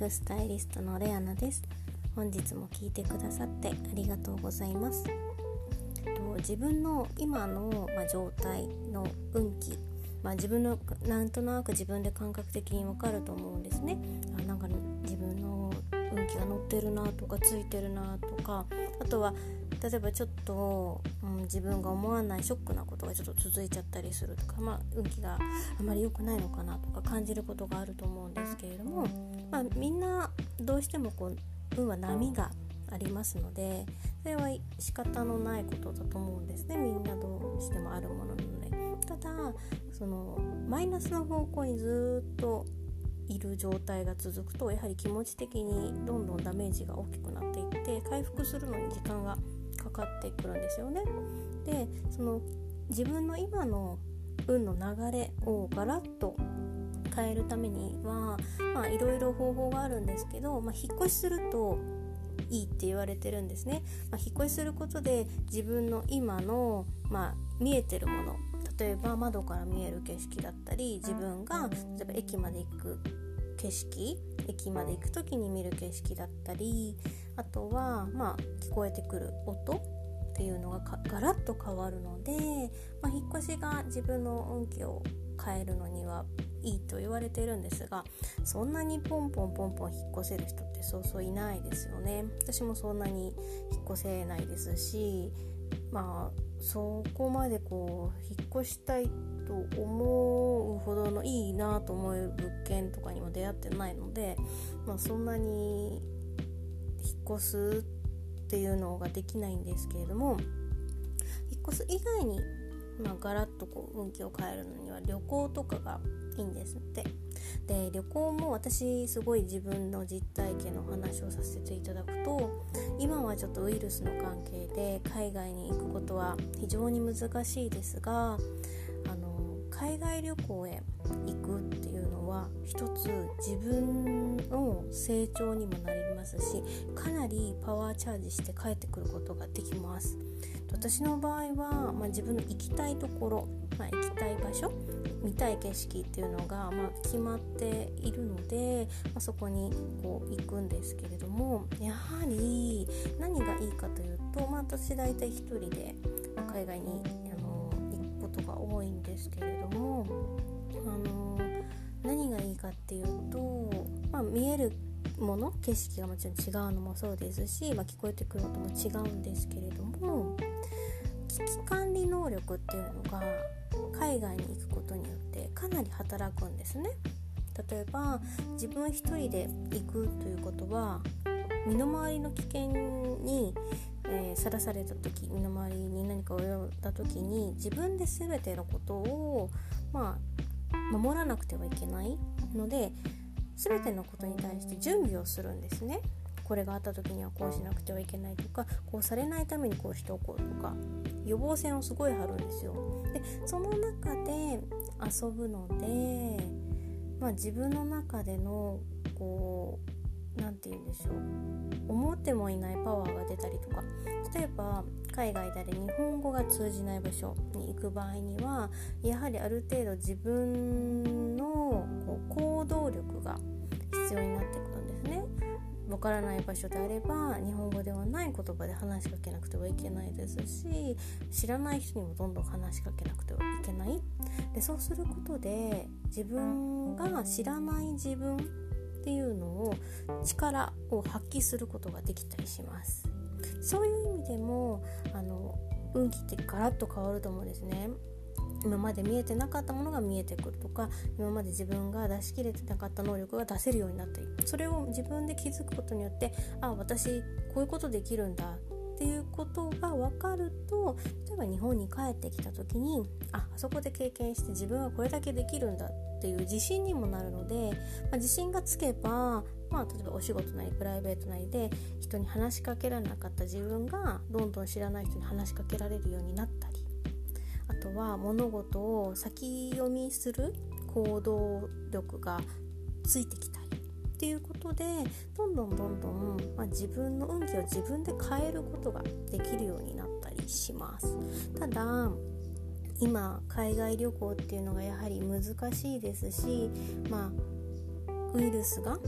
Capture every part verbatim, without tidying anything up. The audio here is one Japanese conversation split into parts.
ムスタイリストのレアナです。本日も聞いてくださってありがとうございます。自分の今の、まあ、状態の運気、まあ、自分のなんとなく自分で感覚的に分かると思うんですね。あなんか自分の運気が乗ってるなとかついてるなとか、あとは例えばちょっと、うん、自分が思わないショックなことがちょっと続いちゃったりするとか、まあ、運気があまり良くないのかなとか感じることがあると思うんですけれども、まあ、みんなどうしてもこう運は波がありますので、それは仕方のないことだと思うんですね。みんなどうしてもあるものなので。ただそのマイナスの方向にずっといる状態が続くと、やはり気持ち的にどんどんダメージが大きくなっていって回復するのに時間がかかってくるんですよね。でその自分の今の運の流れをガラッと変えるためには、まあいろいろ方法があるんですけど、まあ、引っ越しするといいって言われてるんですね。まあ、引っ越しすることで自分の今の、まあ、見えてるもの、例えば窓から見える景色だったり、自分が例えば駅まで行く景色、駅まで行く時に見る景色だったり、あとは、まあ、聞こえてくる音っていうのがガラッと変わるので、まあ、引っ越しが自分の運気を変えるのにはいいと言われているんですが、そんなにポンポンポンポン引っ越せる人ってそうそういないですよね。私もそんなに引っ越せないですし、まあそこまでこう引っ越したいと思うほどのいいなと思える物件とかにも出会ってないので、まあ、そんなに引っ越すっていうのができないんですけれども、引っ越す以外に、まあ、ガラッとこう運気を変えるのには旅行とかがいいんですって。で旅行も私すごい自分の実体験の話をさせていただくと、今はちょっとウイルスの関係で海外に行くことは非常に難しいですが、あの海外旅行へ行くっていうのは一つ自分の成長にもなりますし、かなりパワーチャージして帰ってくることができます。私の場合は、まあ、自分の行きたいところ、まあ、行きたい場所、見たい景色っていうのが、まあ、決まっているので、まあ、そこにこう行くんですけれども、やはり何がいいかというと、まあ、私大体一人で海外にあの行くことが多いんですけれども、あの何がいいかっていうと、まあ、見えるもの、景色がもちろん違うのもそうですし、まあ、聞こえてくる音も違うんですけれども、危機管理能力っていうのが海外に行くことによってかなり働くんですね。例えば自分一人で行くということは、身の回りの危険にさらされた時、身の回りに何かを及んだ時に自分で全てのことを、まあ、守らなくてはいけないので、全てのことに対して準備をするんですね。これがあった時にはこうしなくてはいけないとか、こうされないためにこうしておこうとか、予防線をすごい張るんですよ。でその中で遊ぶので、まあ、自分の中でのこうなんて言うんでしょう、思ってもいないパワーが出たりとか、例えば海外で日本語が通じない場所に行く場合には、やはりある程度自分のこう行動力が必要になってくるんですね。わからない場所であれば日本語ではない言葉で話しかけなくてはいけないですし、知らない人にもどんどん話しかけなくてはいけない。でそうすることで自分が知らない自分っていうのを力を発揮することができたりします。そういう意味でもあの運気ってガラッと変わると思うんですね。今まで見えてなかったものが見えてくるとか、今まで自分が出し切れてなかった能力が出せるようになったり、それを自分で気づくことによって、あ、私こういうことできるんだっていうことが分かると、例えば日本に帰ってきた時に、あ、あそこで経験して自分はこれだけできるんだっていう自信にもなるので、まあ、自信がつけば、まあ、例えばお仕事なりプライベートなりで人に話しかけられなかった自分がどんどん知らない人に話しかけられるようになったり、あとは物事を先読みする行動力がついてきたりっていうことで、どんどんどんどん、まあ、自分の運気を自分で変えることができるようになったりします。ただ今海外旅行っていうのがやはり難しいですし、まあ、ウイルスが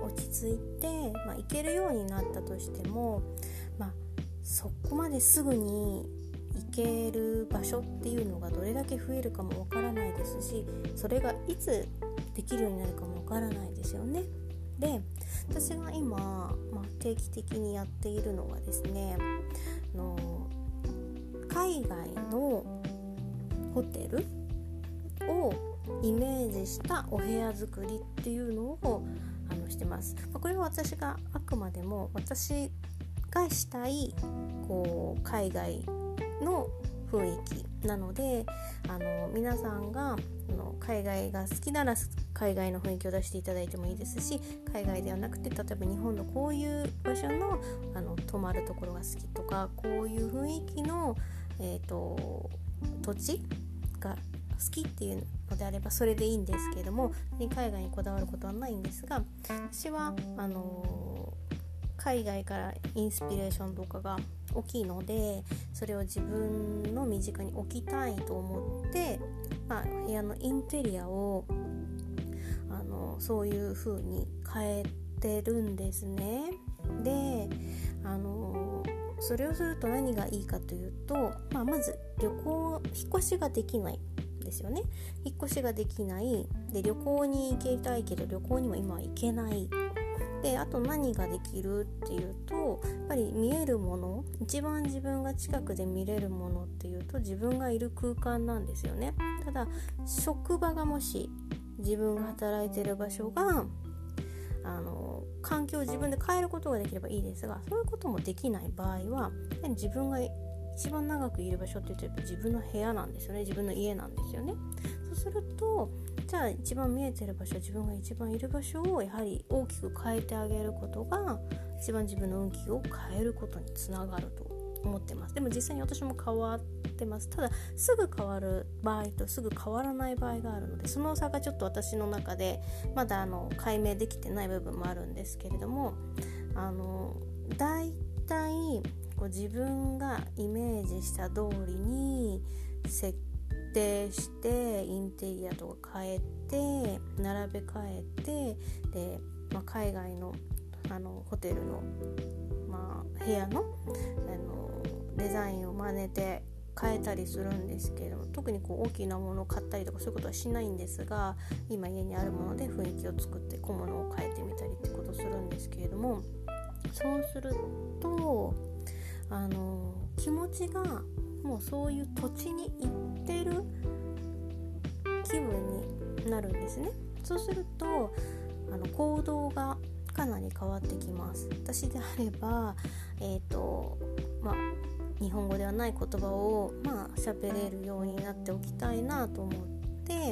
落ち着いて、まあ、行けるようになったとしても、まあ、そこまですぐに行ける場所っていうのがどれだけ増えるかもわからないですし、それがいつできるようになるかもわからないですよね。で、私が今、まあ、定期的にやっているのはですね、あの海外のホテルをイメージしたお部屋作りっていうのをあのしてます。これは私があくまでも私がしたいこう海外の雰囲気なので、あの皆さんがあの海外が好きなら海外の雰囲気を出していただいてもいいですし、海外ではなくて例えば日本のこういう場所の、あの泊まるところが好きとか、こういう雰囲気の、えーと、土地が好きっていうのであればそれでいいんですけれども、海外にこだわることはないんですが、私はあの海外からインスピレーションとかが大きいので、それを自分の身近に置きたいと思って、まあ、部屋のインテリアをあのそういう風に変えてるんですね。で、あのそれをすると何がいいかというと、まあ、まず旅行引っ越しができないですよね。引っ越しができないで、旅行に行きたいけど旅行にも今は行けないで、あと何ができるっていうと、やっぱり見えるもの、一番自分が近くで見れるものっていうと自分がいる空間なんですよね。ただ職場がもし自分が働いている場所があの環境を自分で変えることができればいいですが、そういうこともできない場合は自分が一番長くいる場所っていうとやっぱ自分の部屋なんですよね。自分の家なんですよね。そうすると、じゃあ一番見えてる場所、自分が一番いる場所をやはり大きく変えてあげることが一番自分の運気を変えることにつながると思ってます。でも実際に私も変わってます。ただすぐ変わる場合とすぐ変わらない場合があるので、その差がちょっと私の中でまだあの解明できてない部分もあるんですけれども、あのだいたいこう自分がイメージした通りに設定してインテリアとか変えて並べ替えて、で、まあ、海外のあのホテルの、まあ、部屋の、あのデザインを真似て変えたりするんですけれども、特にこう大きなものを買ったりとかそういうことはしないんですが、今家にあるもので雰囲気を作って小物を変えてみたりってことをするんですけれども、そうするとあの気持ちがもうそういう土地に行ってる気分になるんですね。そうするとあの行動がかなり変わってきます。私であれば、えーとまあ、日本語ではない言葉をまあ喋れるようになっておきたいなと思って、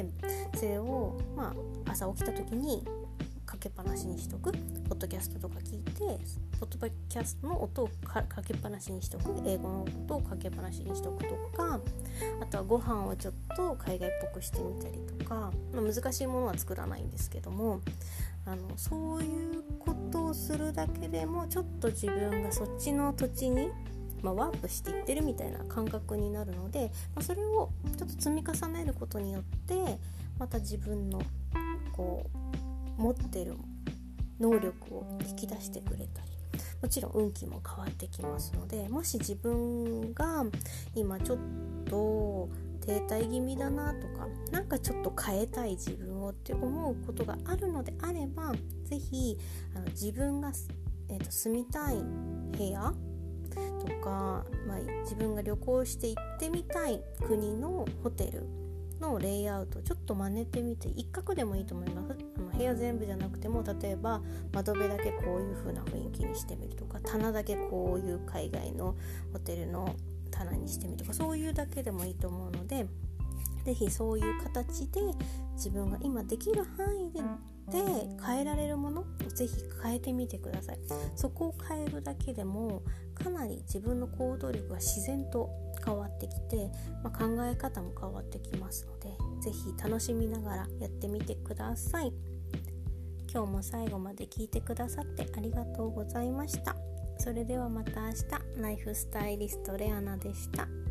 それをまあ朝起きた時にかけっぱなしにしとく、ポッドキャストとか聞いてポッドキャストの音を か, かけっぱなしにしとく、英語の音をかけっぱなしにしとくとか、あとはご飯をちょっと海外っぽくしてみたりとか、まあ、難しいものは作らないんですけども、あのそういうことをするだけでもちょっと自分がそっちの土地に、まあ、ワープしていってるみたいな感覚になるので、まあ、それをちょっと積み重ねることによってまた自分のこう持ってる能力を引き出してくれたり、もちろん運気も変わってきますので、もし自分が今ちょっと停滞気味だなとか、なんかちょっと変えたい自分をって思うことがあるのであれば、ぜひあの自分が、えーと、住みたい部屋とか、まあ、自分が旅行して行ってみたい国のホテルのレイアウトをちょっと真似てみて、一角でもいいと思います。あの部屋全部じゃなくても、例えば窓辺だけこういう風な雰囲気にしてみるとか、棚だけこういう海外のホテルの棚にしてみるとか、そういうだけでもいいと思うので、ぜひそういう形で自分が今できる範囲でで変えられるものをぜひ変えてみてください。そこを変えるだけでもかなり自分の行動力が自然と変わってきて、まあ、考え方も変わってきますので、ぜひ楽しみながらやってみてください。今日も最後まで聞いてくださってありがとうございました。それではまた明日。ライフスタイリストレアナでした。